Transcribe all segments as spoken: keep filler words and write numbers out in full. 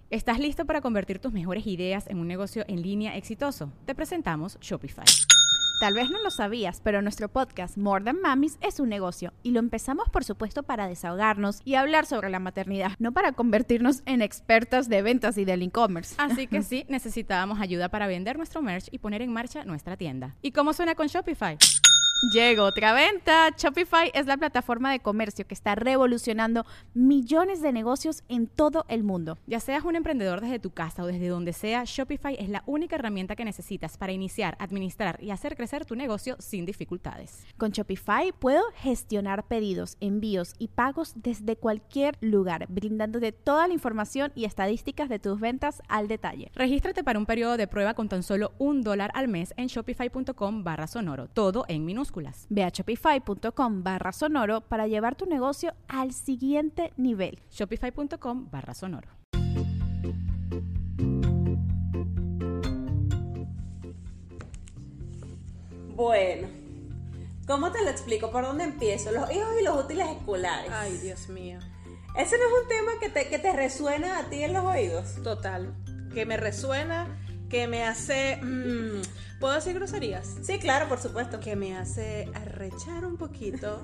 ¿Estás listo para convertir tus mejores ideas en un negocio en línea exitoso? Te presentamos Shopify. Tal vez no lo sabías, pero nuestro podcast More Than Mamis es un negocio y lo empezamos por supuesto para desahogarnos y hablar sobre la maternidad, no para convertirnos en expertas de ventas y del e-commerce. Así que sí, necesitábamos ayuda para vender nuestro merch y poner en marcha nuestra tienda. ¿Y cómo suena con Shopify? Llegó otra venta. Shopify es la plataforma de comercio que está revolucionando millones de negocios en todo el mundo. Ya seas un emprendedor desde tu casa o desde donde sea, Shopify es la única herramienta que necesitas para iniciar, administrar y hacer crecer tu negocio sin dificultades. Con Shopify puedo gestionar pedidos, envíos y pagos desde cualquier lugar, brindándote toda la información y estadísticas de tus ventas al detalle. Regístrate para un periodo de prueba con tan solo un dólar al mes en shopify.com barra sonoro, todo en minúsculas. Ve a shopify.com barra sonoro para llevar tu negocio al siguiente nivel. Shopify.com barra sonoro. Bueno, ¿cómo te lo explico? ¿Por dónde empiezo? Los hijos y los útiles escolares. Ay, Dios mío. ¿Ese no es un tema que te, que te resuena a ti en los oídos? Total. Que me resuena, que me hace... Mmm, ¿puedo decir groserías? Sí, claro, por supuesto. Que me hace arrechar un poquito.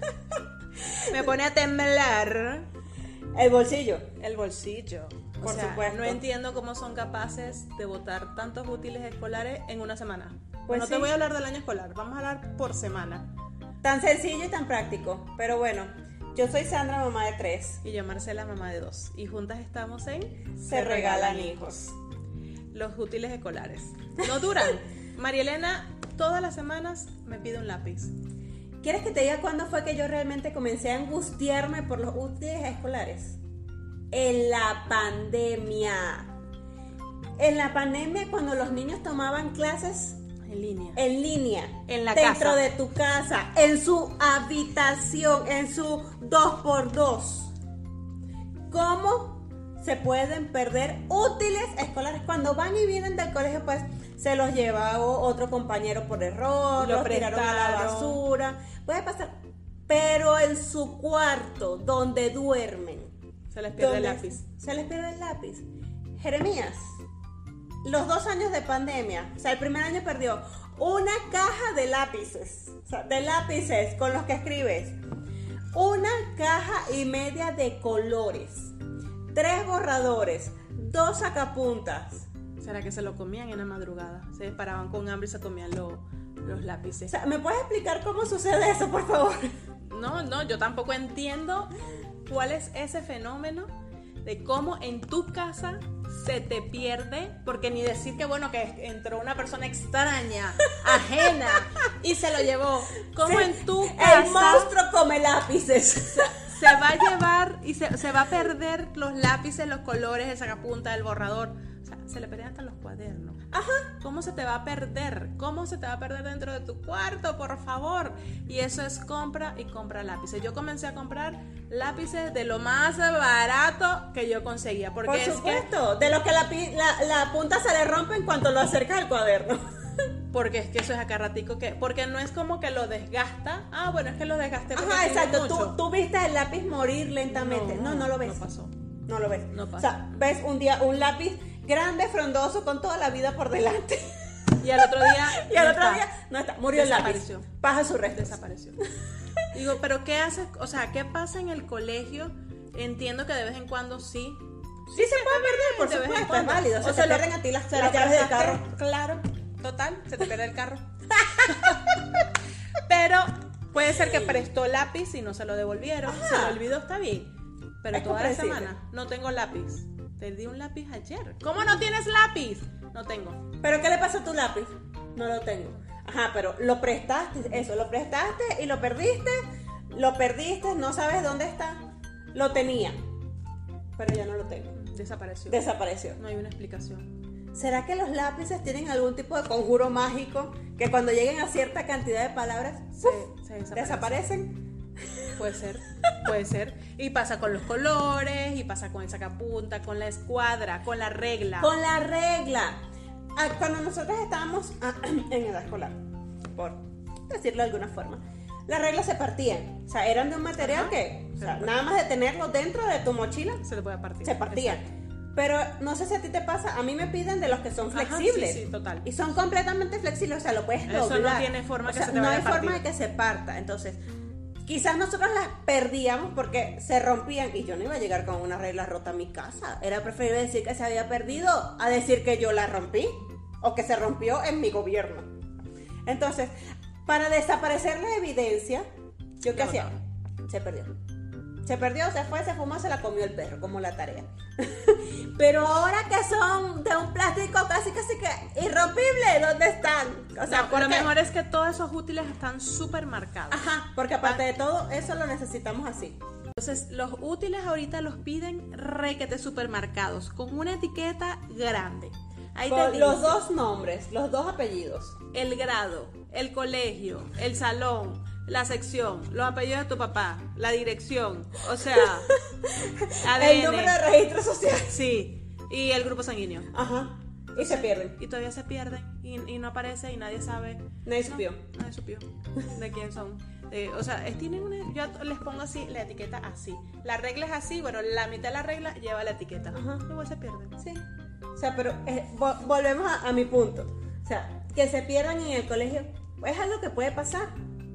Me pone a temblar. El bolsillo. El bolsillo. Por o sea, supuesto. No entiendo cómo son capaces de botar tantos útiles escolares en una semana. Pues no sí. te voy a hablar del año escolar, vamos a hablar por semana. Tan sencillo y tan práctico. Pero bueno, yo soy Sandra, mamá de tres. Y yo Marcela, mamá de dos. Y juntas estamos en Se regalan hijos. Los útiles escolares. No duran. María Elena, todas las semanas me pide un lápiz. ¿Quieres que te diga cuándo fue que yo realmente comencé a angustiarme por los útiles escolares? En la pandemia. En la pandemia, cuando los niños tomaban clases En línea. en línea, En la dentro casa. de tu casa, en su habitación, en su dos por dos. ¿Cómo se pueden perder útiles escolares? Cuando van y vienen del colegio, pues se los lleva otro compañero por error, Lo los tiraron a la prestaron. basura, puede pasar. Pero en su cuarto, donde duermen, Se les pierde el donde lápiz. se les pierde el lápiz. Jeremías, los dos años de pandemia, o sea, el primer año perdió una caja de lápices, o sea, de lápices con los que escribes, una caja y media de colores, tres borradores, dos sacapuntas. ¿Será que se lo comían en la madrugada? Se paraban con hambre y se comían lo- los O lápices. sea, ¿me puedes explicar cómo sucede eso, por favor? No, no, yo tampoco entiendo cuál es ese fenómeno de cómo en tu casa se te pierde, porque ni decir que bueno, que entró una persona extraña, ajena, y se lo llevó. ¿Cómo Sí, en tu casa el monstruo come lápices. se va a llevar y se, se va a perder los lápices, los colores, el sacapunta, el borrador? O sea, se le pierden hasta los cuadernos. Ajá. ¿Cómo se te va a perder? ¿Cómo se te va a perder dentro de tu cuarto, por favor? Y eso es compra y compra lápices. Yo comencé a comprar lápices de lo más barato que yo conseguía. Porque Por es que, supuesto, de lo que la, pi- la, la punta se le rompe en cuanto lo acercas al cuaderno. porque es que eso es acá ratico que... Porque no es como que lo desgasta. Ah, bueno, es que lo desgasté porque Ajá, tengo exacto. Tú, mucho. tú viste el lápiz morir lentamente. No, no, lo ves. No pasó. No lo ves. No pasa. O sea, ves un día un lápiz grande, frondoso, con toda la vida por delante. Y al otro día... Y al no otro está. día no está. Murió el lápiz. Desapareció. Pasa su resto. Desapareció. Digo, pero ¿qué haces? O sea, ¿qué pasa en el colegio? Entiendo que de vez en cuando sí. Sí se puede perder, por de vez en supuesto, es cuando. válido. O Se se te lo- pierden a ti las, se las lo llaves del prestaste, carro. Claro, total, se te pierde el carro. Pero puede ser que prestó lápiz y no se lo devolvieron. Ajá. Se lo olvidó, está bien. Pero Es toda la comprensible. semana no tengo lápiz. Te di un lápiz ayer. ¿Cómo no tienes lápiz? No tengo. ¿Pero qué le pasó a tu lápiz? No lo tengo. Ajá, pero lo prestaste, eso, lo prestaste y lo perdiste, lo perdiste, no sabes dónde está. Lo tenía, pero ya no lo tengo. Desapareció. Desapareció. No hay una explicación. ¿Será que los lápices tienen algún tipo de conjuro mágico que cuando lleguen a cierta cantidad de palabras Se, ¡puf! se desaparece. desaparecen? Puede ser, puede ser. Y pasa con los colores, y pasa con el sacapunta, con la escuadra, con la regla. Con la regla. Ah, Cuando nosotros estábamos ah, en edad escolar, por decirlo de alguna forma, las reglas se partían. O sea, eran de un material Ajá. que, o Se sea, partían. nada más de tenerlo dentro de tu mochila, Se te puede partir. se partían. Exacto. Pero no sé si a ti te pasa, a mí me piden de los que son flexibles. Ajá, sí, sí, total. Y son completamente flexibles, o sea, lo puedes doblar. Eso no tiene forma o que sea, se te no vaya hay a partir. forma de que se parta. Entonces, quizás nosotros las perdíamos porque se rompían y yo no iba a llegar con una regla rota a mi casa. Era preferible decir que se había perdido a decir que yo la rompí o que se rompió en mi gobierno. Entonces, para desaparecer la evidencia, ¿yo qué No, hacía? Se perdió. Se perdió, se fue, se fumó, se la comió el perro, como la tarea. Pero ahora que son de un plástico casi casi que irrompible, ¿dónde están? O sea, No, ¿por lo qué? mejor es que todos esos útiles están súper marcados. Ajá, porque aparte de todo, eso lo necesitamos así. Entonces, los útiles ahorita los piden requete supermercados, con una etiqueta grande. Ahí te Con dice los dos nombres, los dos apellidos. el grado, el colegio, el salón, la sección, los apellidos de tu papá, la dirección, o sea, A D N. El número de registro social. Sí, y el grupo sanguíneo. Ajá. Y se pierden. Y todavía se pierden y, y no aparece y nadie sabe. Nadie No, supió. Nadie supió de quién son. Eh, o sea, es- tienen una, yo les pongo así la etiqueta así. La regla es así, bueno, la mitad de la regla lleva la etiqueta. Ajá. Igual se pierden. Sí. O sea, pero eh, vo- volvemos a, a mi punto. O sea, que se pierdan en el colegio es algo que puede pasar.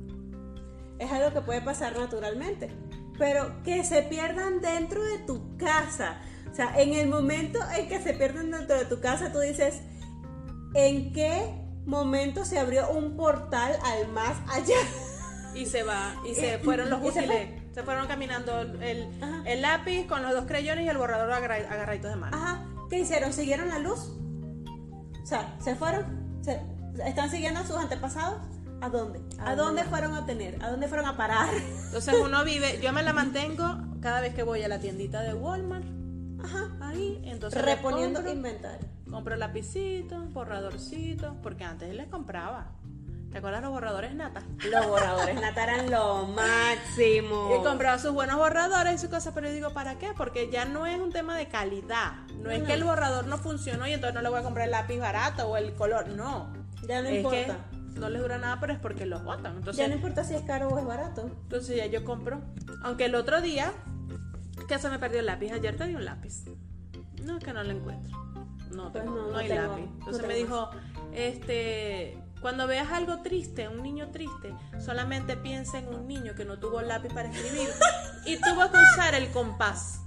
Es algo que puede pasar naturalmente. Pero que se pierdan dentro de tu casa. O sea, en el momento en que se pierden dentro de tu casa, tú dices, ¿en qué momento se abrió un portal al más allá? Y se va, y se fueron los Y se útiles. Se, fueron caminando el, Ajá. el lápiz con los dos crayones y el borrador agarra- agarraditos de mano. Ajá. ¿Qué hicieron? ¿Siguieron la luz? O sea, ¿se fueron? ¿Se- ¿Están siguiendo a sus antepasados? ¿A dónde? ¿A, ¿A dónde dónde? fueron a tener? ¿A dónde fueron a parar? Entonces uno vive, yo me la mantengo cada vez que voy a la tiendita de Walmart. Ajá. Ahí, entonces Reponiendo compro, inventario. compro lapicitos, borradorcitos, porque antes les compraba. ¿Te acuerdas los borradores nata? Los borradores nata eran lo máximo. Y compraba sus buenos borradores y su cosa, pero yo digo, ¿para qué? Porque ya no es un tema de calidad. No es No. que el borrador no funcionó y entonces no le voy a comprar el lápiz barato o el color. No. Ya no es importa. que no les dura nada, pero es porque los botan. Entonces, Ya no importa si es caro o es barato. entonces ya yo compro. Aunque el otro día, que se me perdió el lápiz. Ayer te di un lápiz. No, es que no lo encuentro. No, Pues tengo, no, no, no hay tengo, lápiz. no Entonces me tengo. dijo, este, cuando veas algo triste, un niño triste, solamente piensa en un niño que no tuvo lápiz para escribir y tuvo que usar el compás.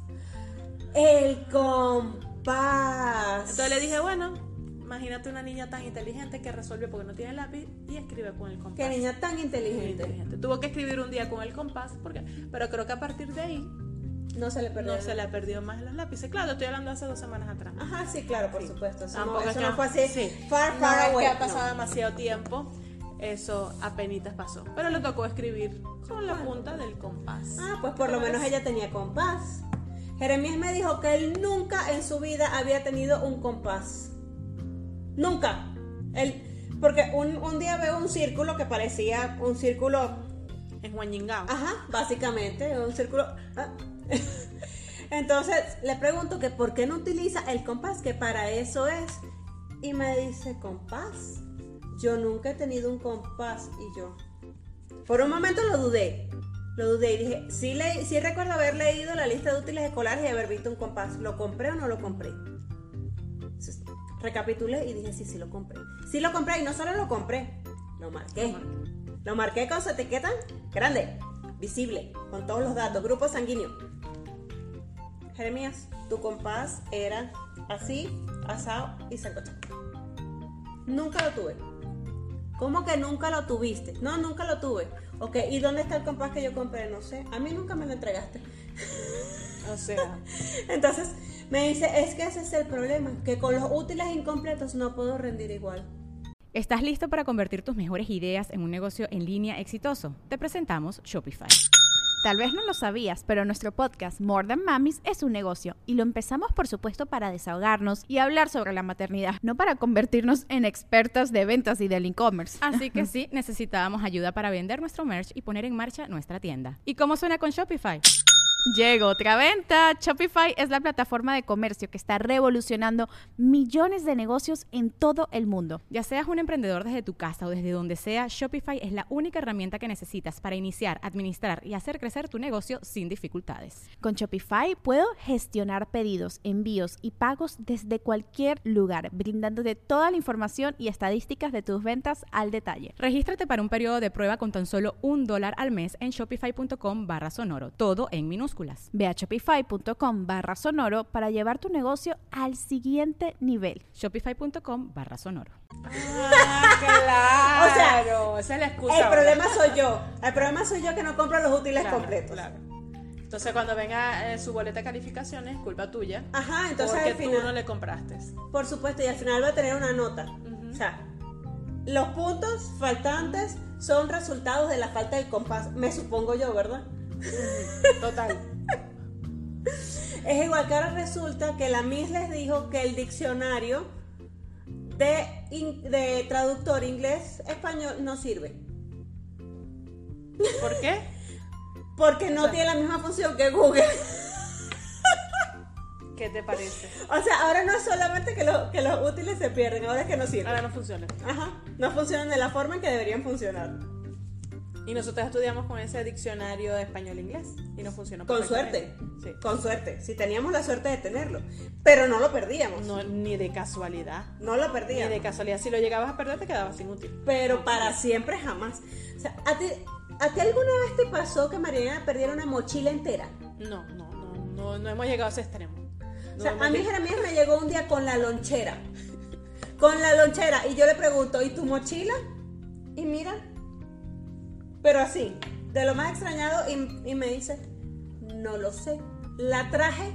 El compás. Entonces le dije, bueno, imagínate una niña tan inteligente que resolvió porque no tiene lápiz y escribe con el compás. Qué niña tan Muy inteligente. inteligente. Tuvo que escribir un día con el compás, porque, pero creo que a partir de ahí No se le perdió. no se le ha perdido más los lápices. Claro, estoy hablando hace dos semanas atrás. Ajá, sí, claro, por supuesto. Eso, no, Tampoco eso es no que- fue así. sí. Far, No far es away. que ha pasado no. demasiado tiempo. Eso apenitas pasó. Pero le tocó escribir con la punta del compás. Ah, pues por lo menos ella tenía compás. Jeremías me dijo que él nunca en su vida había tenido un compás. Nunca. Él, porque un, un día veo un círculo que parecía un círculo, En Huañingao. ajá, básicamente, un círculo. ah. Entonces le pregunto que por qué no utiliza el compás, que para eso es. Y me dice, compás. Yo nunca he tenido un compás. Y yo, por un momento lo dudé. Lo dudé y dije, sí, le, sí recuerdo haber leído la lista de útiles escolares y haber visto un compás. ¿Lo compré o no lo compré? Entonces, recapitulé y dije, sí, sí lo compré. Sí lo compré y no solo lo compré, lo marqué. Lo marqué con su etiqueta grande, visible, con todos los datos, grupo sanguíneo. Jeremías, tu compás era así, asado y sancochado. Nunca lo tuve. ¿Cómo que nunca lo tuviste? No, nunca lo tuve. Ok, ¿y dónde está el compás que yo compré? No sé. A mí nunca me lo entregaste. O sea, Entonces me dice, es que ese es el problema, que con los útiles incompletos no puedo rendir igual. ¿Estás listo para convertir tus mejores ideas en un negocio en línea exitoso? Te presentamos Shopify. Tal vez no lo sabías, pero nuestro podcast More Than Mamis es un negocio y lo empezamos por supuesto para desahogarnos y hablar sobre la maternidad, no para convertirnos en expertas de ventas y del e-commerce. Así que sí, necesitábamos ayuda para vender nuestro merch y poner en marcha nuestra tienda. ¿Y cómo suena con Shopify? Llegó otra venta. Shopify es la plataforma de comercio que está revolucionando millones de negocios en todo el mundo. Ya seas un emprendedor desde tu casa o desde donde sea, Shopify es la única herramienta que necesitas para iniciar, administrar y hacer crecer tu negocio sin dificultades. Con Shopify puedo gestionar pedidos, envíos y pagos desde cualquier lugar, brindándote toda la información y estadísticas de tus ventas al detalle. Regístrate para un periodo de prueba con tan solo un dólar al mes en shopify.com barra sonoro, todo en minúsculas. Ve a shopify.com barra sonoro para llevar tu negocio al siguiente nivel. Shopify.com barra sonoro. Ah, claro. O sea, esa es la excusa. El ahora. problema soy yo. El problema soy yo que no compro los útiles Claro, completos. claro. Entonces cuando venga eh, su boleta de calificaciones, culpa tuya. Ajá, entonces porque al tú final, no le compraste. por supuesto, y al final va a tener una nota. Ujú. O sea, los puntos faltantes son resultados de la falta del compás, me supongo yo, ¿verdad? Total. Es igual que ahora resulta que la Miss les dijo que el diccionario de, in- de traductor inglés-español no sirve. ¿Por qué? Porque no O sea, tiene la misma función que Google. ¿Qué te parece? O sea, ahora no es solamente que, lo- que los útiles se pierden, ahora es que no sirven. Ahora no funciona. Ajá, no funcionan de la forma en que deberían funcionar. Y nosotros estudiamos con ese diccionario de español-inglés y no funcionó Con perfectamente. suerte. Sí. Con suerte. Si teníamos la suerte de tenerlo. Pero no lo perdíamos. No, No, ni de casualidad. lo Ni perdíamos. de casualidad. Si lo llegabas a perder, te quedabas sin útil. Pero para siempre jamás. O sea, ¿a ti, ¿a ti alguna vez te pasó que Mariana perdiera una mochila entera? No, no, no, no, no hemos llegado a ese extremo. O No sea, hemos a mí llegado- Jeremías me llegó un día con la lonchera. Con la lonchera. Y yo le pregunto, ¿y tu mochila? Y mira. Pero así, de lo más extrañado. Y, y me dice, no lo sé. La traje.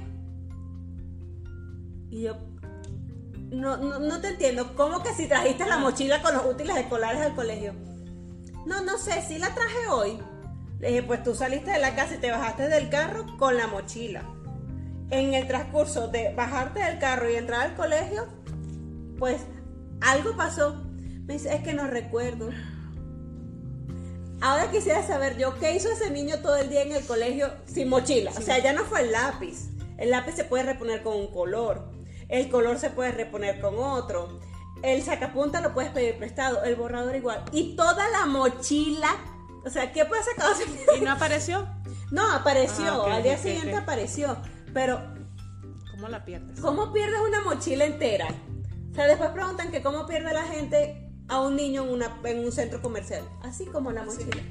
Y yo, no, no, no te entiendo. ¿Cómo que si trajiste la mochila con los útiles escolares al colegio? No, no sé, sí la traje hoy. Le dije, pues tú saliste de la casa y te bajaste del carro con la mochila. En el transcurso de bajarte del carro y entrar al colegio, pues algo pasó. Me dice, es que no recuerdo. Ahora quisiera saber yo qué hizo ese niño todo el día en el colegio sin mochila. O sea, ya no fue el lápiz. El lápiz se puede reponer con un color. El color se puede reponer con otro. El sacapunta lo puedes pedir prestado. El borrador igual. Y toda la mochila. O sea, ¿qué pasa cada ¿Y no apareció? No, apareció. Ah, ok, Al día ok, siguiente ok. apareció. Pero, ¿Cómo la pierdes? ¿cómo pierdes una mochila entera? O sea, después preguntan que cómo pierde la gente a un niño en, una, en un centro comercial. Así como la Así. mochila.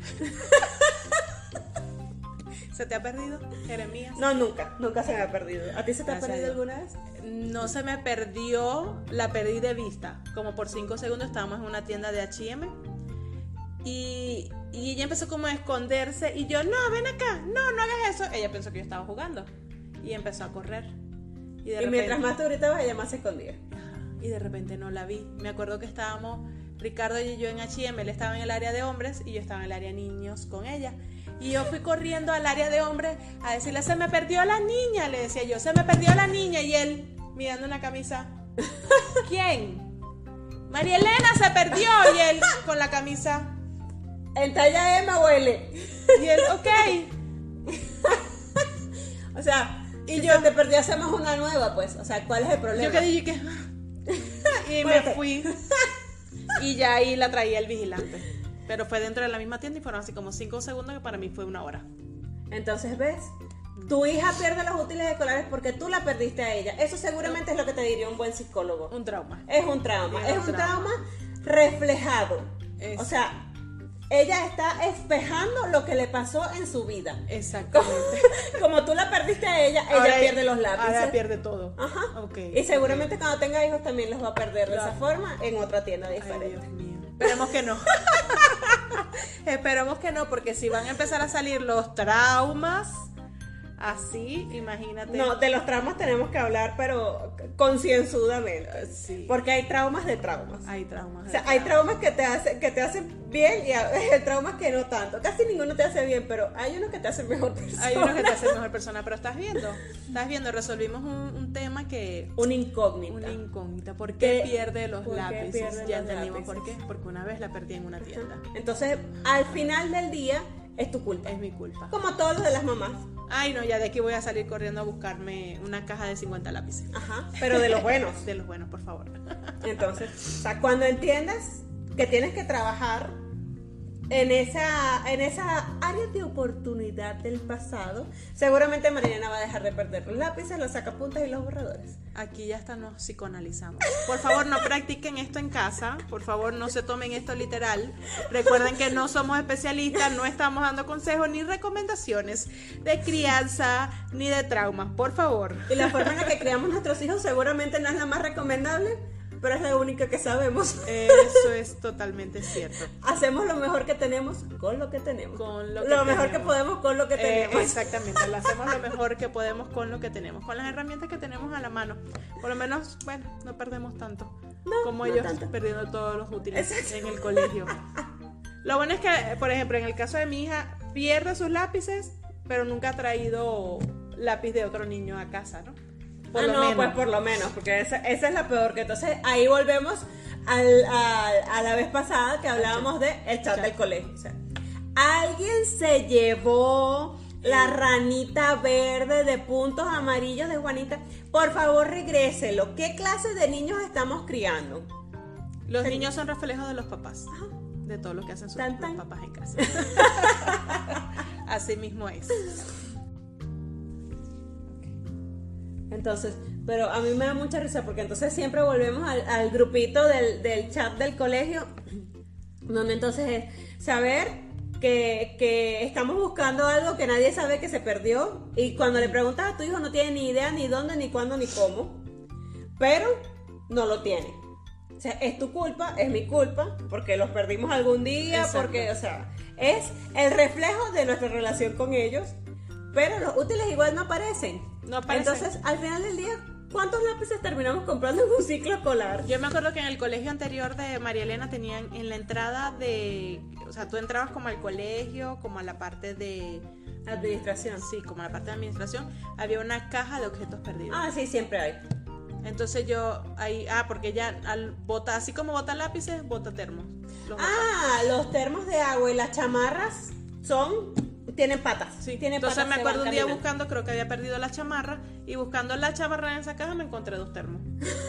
¿Se te ha perdido, Jeremías? No, nunca. Nunca se me ha perdido. ¿A ti se te ha Gracias a perdido Dios. alguna vez? No se me perdió, la perdí de vista. Como por cinco segundos estábamos en una tienda de H y M y, y ella empezó como a esconderse y yo, no, ven acá, no, no hagas eso. Ella pensó que yo estaba jugando y empezó a correr. Y, de Y mientras repente- más tú gritabas, ella más se escondía. Ajá, y de repente no la vi. Me acuerdo que estábamos, Ricardo y yo en H y M, él estaba en el área de hombres y yo estaba en el área de niños con ella. Y yo fui corriendo al área de hombres a decirle, se me perdió la niña, le decía yo, se me perdió la niña. Y él, mirando una camisa, ¿quién? María Elena se perdió. Y él, con la camisa, En talla M, huele. y él, ok. O sea, Y y yo- yo te perdí, hacemos una nueva, pues. O sea, ¿cuál es el problema? Yo que dije que... Y me Fuerte. fui. Y ya ahí la traía el vigilante. Pero fue dentro de la misma tienda y fueron así como cinco segundos, que para mí fue una hora. Entonces, ¿ves? Tu hija pierde los útiles escolares porque tú la perdiste a ella. Eso seguramente es lo que te diría un buen psicólogo. Un trauma. Es un trauma. Es Es un un trauma. trauma reflejado. Es- O sea, ella está espejando lo que le pasó en su vida. Exactamente. Como tú la perdiste a ella, ella Ahora- pierde los lápices. Ahora pierde todo. Ajá. Ok. Y seguramente cuando tenga hijos también los va a perder de Claro. esa forma en otra tienda Ay, diferente. Dios mío. Esperemos que no. Esperemos que no, porque si van a empezar a salir los traumas así, imagínate. No, de los traumas tenemos que hablar, pero concienzudamente. Sí. Porque hay traumas de traumas. Hay traumas. O sea, hay traumas que te hacen, que te hacen bien y hay traumas que no tanto. Casi ninguno te hace bien, pero hay uno que te hace mejor persona. Hay unos que te hacen mejor persona, pero estás viendo, estás viendo, resolvimos un, un tema que... Una incógnita. Una incógnita. ¿Por qué ¿Qué? pierde los ¿Por qué lápices? pierde Ya los entendimos por lápices? qué. Porque una vez la perdí en una tienda. Entonces, al final del día, es tu culpa. Es mi culpa. Como todo lo de las mamás. ay no, ya de aquí voy a salir corriendo a buscarme una caja de cincuenta lápices. Ajá, pero de los buenos. De los buenos, por favor. Entonces, o sea, cuando entiendas que tienes que trabajar en esa, en esa área de oportunidad del pasado, seguramente Marilena va a dejar de perder los lápices, los sacapuntas y los borradores. Aquí ya hasta nos psicoanalizamos. Por favor, no practiquen esto en casa. Por favor, no se tomen esto literal. Recuerden que no somos especialistas, no estamos dando consejos ni recomendaciones de crianza ni de traumas. Por favor. Y la forma en la que criamos nuestros hijos seguramente no es la más recomendable, pero es la única que sabemos. Eso es totalmente cierto. Hacemos lo mejor que tenemos con lo que tenemos. Con lo que lo mejor tenemos. que podemos con lo que Eh, tenemos. exactamente, lo hacemos lo mejor que podemos con lo que tenemos, con las herramientas que tenemos a la mano. Por lo menos, bueno, no perdemos tanto No, como no ellos tanto. perdiendo todos los útiles Exacto. en el colegio. Lo bueno es que, por ejemplo, en el caso de mi hija, pierde sus lápices, pero nunca ha traído lápiz de otro niño a casa, ¿no? Por ah, lo no, menos. pues por lo menos, porque esa, esa es la peor. Que entonces ahí volvemos al, al- a la vez pasada que hablábamos de el chat del colegio. O sea, alguien se llevó la ranita verde de puntos amarillos de Juanita. Por favor, regréselo. ¿Qué clase de niños estamos criando? Los niños son reflejos de los papás, Ajá. de todo lo que hacen sus Tan, tan. los papás en casa. Así mismo es. Entonces, pero a mí me da mucha risa porque entonces siempre volvemos al, al grupito del, del chat del colegio, donde entonces es saber que, que estamos buscando algo que nadie sabe que se perdió, y cuando le preguntas a tu hijo no tiene ni idea ni dónde, ni cuándo, ni cómo, pero no lo tiene. O sea, es tu culpa, es mi culpa, porque los perdimos algún día, Exacto. porque, o sea, es el reflejo de nuestra relación con ellos, pero los útiles igual no aparecen. No aparecen. Entonces, al final del día, ¿cuántos lápices terminamos comprando en un ciclo escolar? Yo me acuerdo que en el colegio anterior de María Elena tenían en la entrada de, o sea, tú entrabas como al colegio, como a la parte de Administración. sí, como a la parte de administración, había una caja de objetos perdidos. Ah, sí, siempre hay. Entonces yo ahí, ah, porque ya al bota, así como bota lápices, bota termos. Los bota. Ah, los termos de agua y las chamarras son, tienen patas. Sí. Tienen Entonces patas, me se acuerdo van un día caminando. buscando, creo que había perdido la chamarra, y buscando la chamarra en esa caja me encontré dos termos.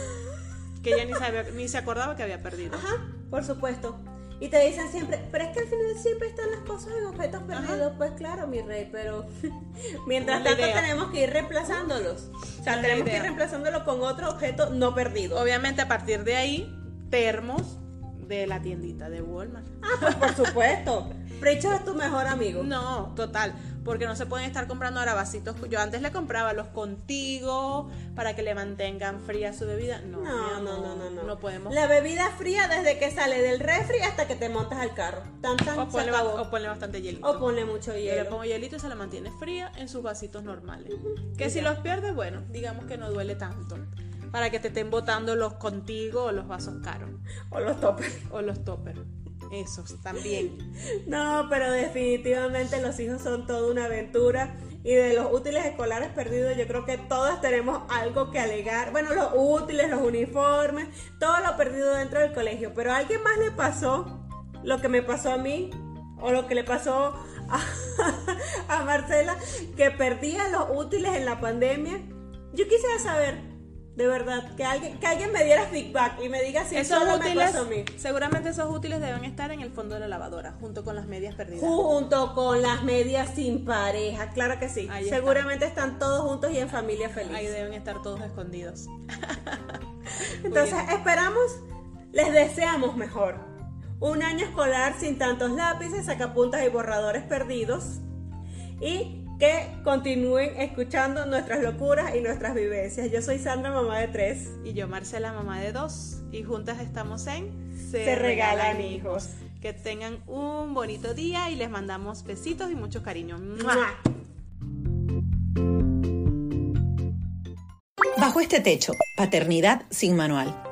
Que ella ni sabía, ni se acordaba que había perdido. Ajá, por supuesto. Y te dicen siempre, pero es que al final siempre están las cosas en objetos perdidos. Ajá. Pues claro, mi rey, pero mientras No es la tanto idea. tenemos que ir reemplazándolos. O sea, No es la tenemos que ir idea. reemplazándolo con otro objeto no perdido. Obviamente a partir de ahí, termos de la tiendita de Walmart. Ah, pues por supuesto. Precho es tu mejor amigo. No, total, porque no se pueden estar comprando ahora vasitos. Yo antes le compraba los Contigo para que le mantengan fría su bebida. No, mi No, amor, no, no, no, no. No podemos. La bebida fría desde que sale del refri hasta que te montas al carro. Tan, tan, O se ponle, acabó. o ponle bastante hielito. O ponle mucho Yo le hielo. pongo hielito y se la mantiene fría en sus vasitos normales. Que si los pierdes, bueno, digamos que no duele tanto. Para que te estén botando los Contigo o los vasos caros. O los toppers. O los toppers. Esos también. No, pero definitivamente los hijos son toda una aventura. Y de los útiles escolares perdidos, yo creo que todas tenemos algo que alegar. Bueno, los útiles, los uniformes, todo lo perdido dentro del colegio. Pero a alguien más le pasó lo que me pasó a mí, o lo que le pasó a, a Marcela, que perdía los útiles en la pandemia. Yo quisiera saber, de verdad, que alguien, que alguien me diera feedback y me diga si Esos solo me útiles, pasó a mí. seguramente esos útiles deben estar en el fondo de la lavadora, junto con las medias perdidas. Junto con las medias sin pareja, claro que sí. Ahí está. Seguramente están todos juntos y en familia feliz. Ahí deben estar todos escondidos. Entonces Muy bien. esperamos, les deseamos mejor. Un año escolar sin tantos lápices, sacapuntas y borradores perdidos. Y que continúen escuchando nuestras locuras y nuestras vivencias. Yo soy Sandra, mamá de tres. Y yo, Marcela, mamá de dos. Y juntas estamos en Se Regalan Hijos. Que tengan un bonito día y les mandamos besitos y mucho cariño. ¡Mua! ¡Mua! Bajo este techo, paternidad sin manual.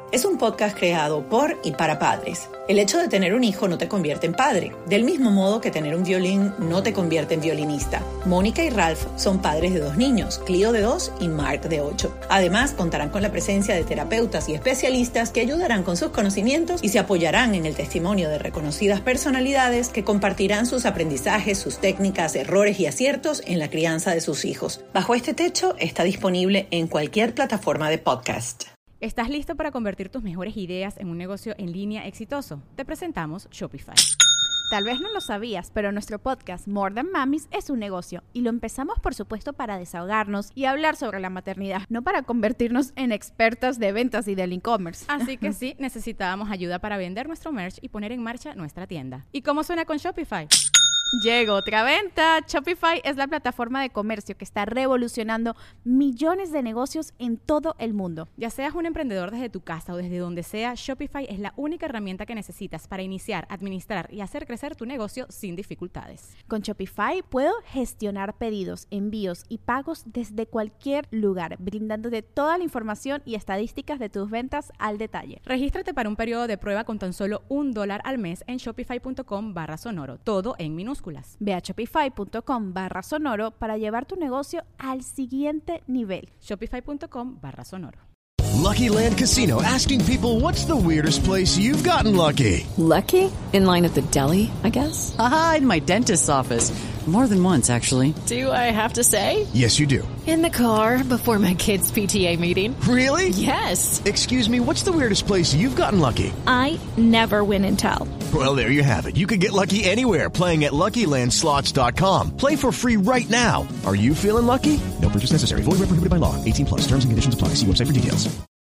es un podcast creado por y para padres. El hecho de tener un hijo no te convierte en padre, del mismo modo que tener un violín no te convierte en violinista. Mónica y Ralph son padres de dos niños, Clio de dos y Mark de ocho. Además, contarán con la presencia de terapeutas y especialistas que ayudarán con sus conocimientos y se apoyarán en el testimonio de reconocidas personalidades que compartirán sus aprendizajes, sus técnicas, errores y aciertos en la crianza de sus hijos. Bajo este techo está disponible en cualquier plataforma de podcast. ¿Estás listo para convertir tus mejores ideas en un negocio en línea exitoso? Te presentamos Shopify. Tal vez no lo sabías, pero nuestro podcast More Than Mamis es un negocio y lo empezamos por supuesto para desahogarnos y hablar sobre la maternidad, no para convertirnos en expertas de ventas y del e-commerce. Así que sí, necesitábamos ayuda para vender nuestro merch y poner en marcha nuestra tienda. ¿Y cómo suena con Shopify? Llegó otra venta. Shopify es la plataforma de comercio que está revolucionando millones de negocios en todo el mundo. Ya seas un emprendedor desde tu casa o desde donde sea, Shopify es la única herramienta que necesitas para iniciar, administrar y hacer crecer tu negocio sin dificultades. Con Shopify puedo gestionar pedidos, envíos y pagos desde cualquier lugar, brindándote toda la información y estadísticas de tus ventas al detalle. Regístrate para un periodo de prueba con tan solo un dólar al mes en shopify.com barra sonoro, todo en minúsculas. Ve a shopify.com barra sonoro para llevar tu negocio al siguiente nivel. Shopify.com barra sonoro. Lucky Land Casino, asking people, what's the weirdest place you've gotten lucky? Lucky? In line at the deli, I guess? Aha, in my dentist's office. More than once, actually. Do I have to say? Yes, you do. In the car before my kids' P T A meeting. Really? Yes. Excuse me, what's the weirdest place you've gotten lucky? I never win and tell. Well, there you have it. You can get lucky anywhere, playing at Lucky Land Slots dot com. Play for free right now. Are you feeling lucky? No purchase necessary. Void where prohibited by law. eighteen plus. Terms and conditions apply. See website for details.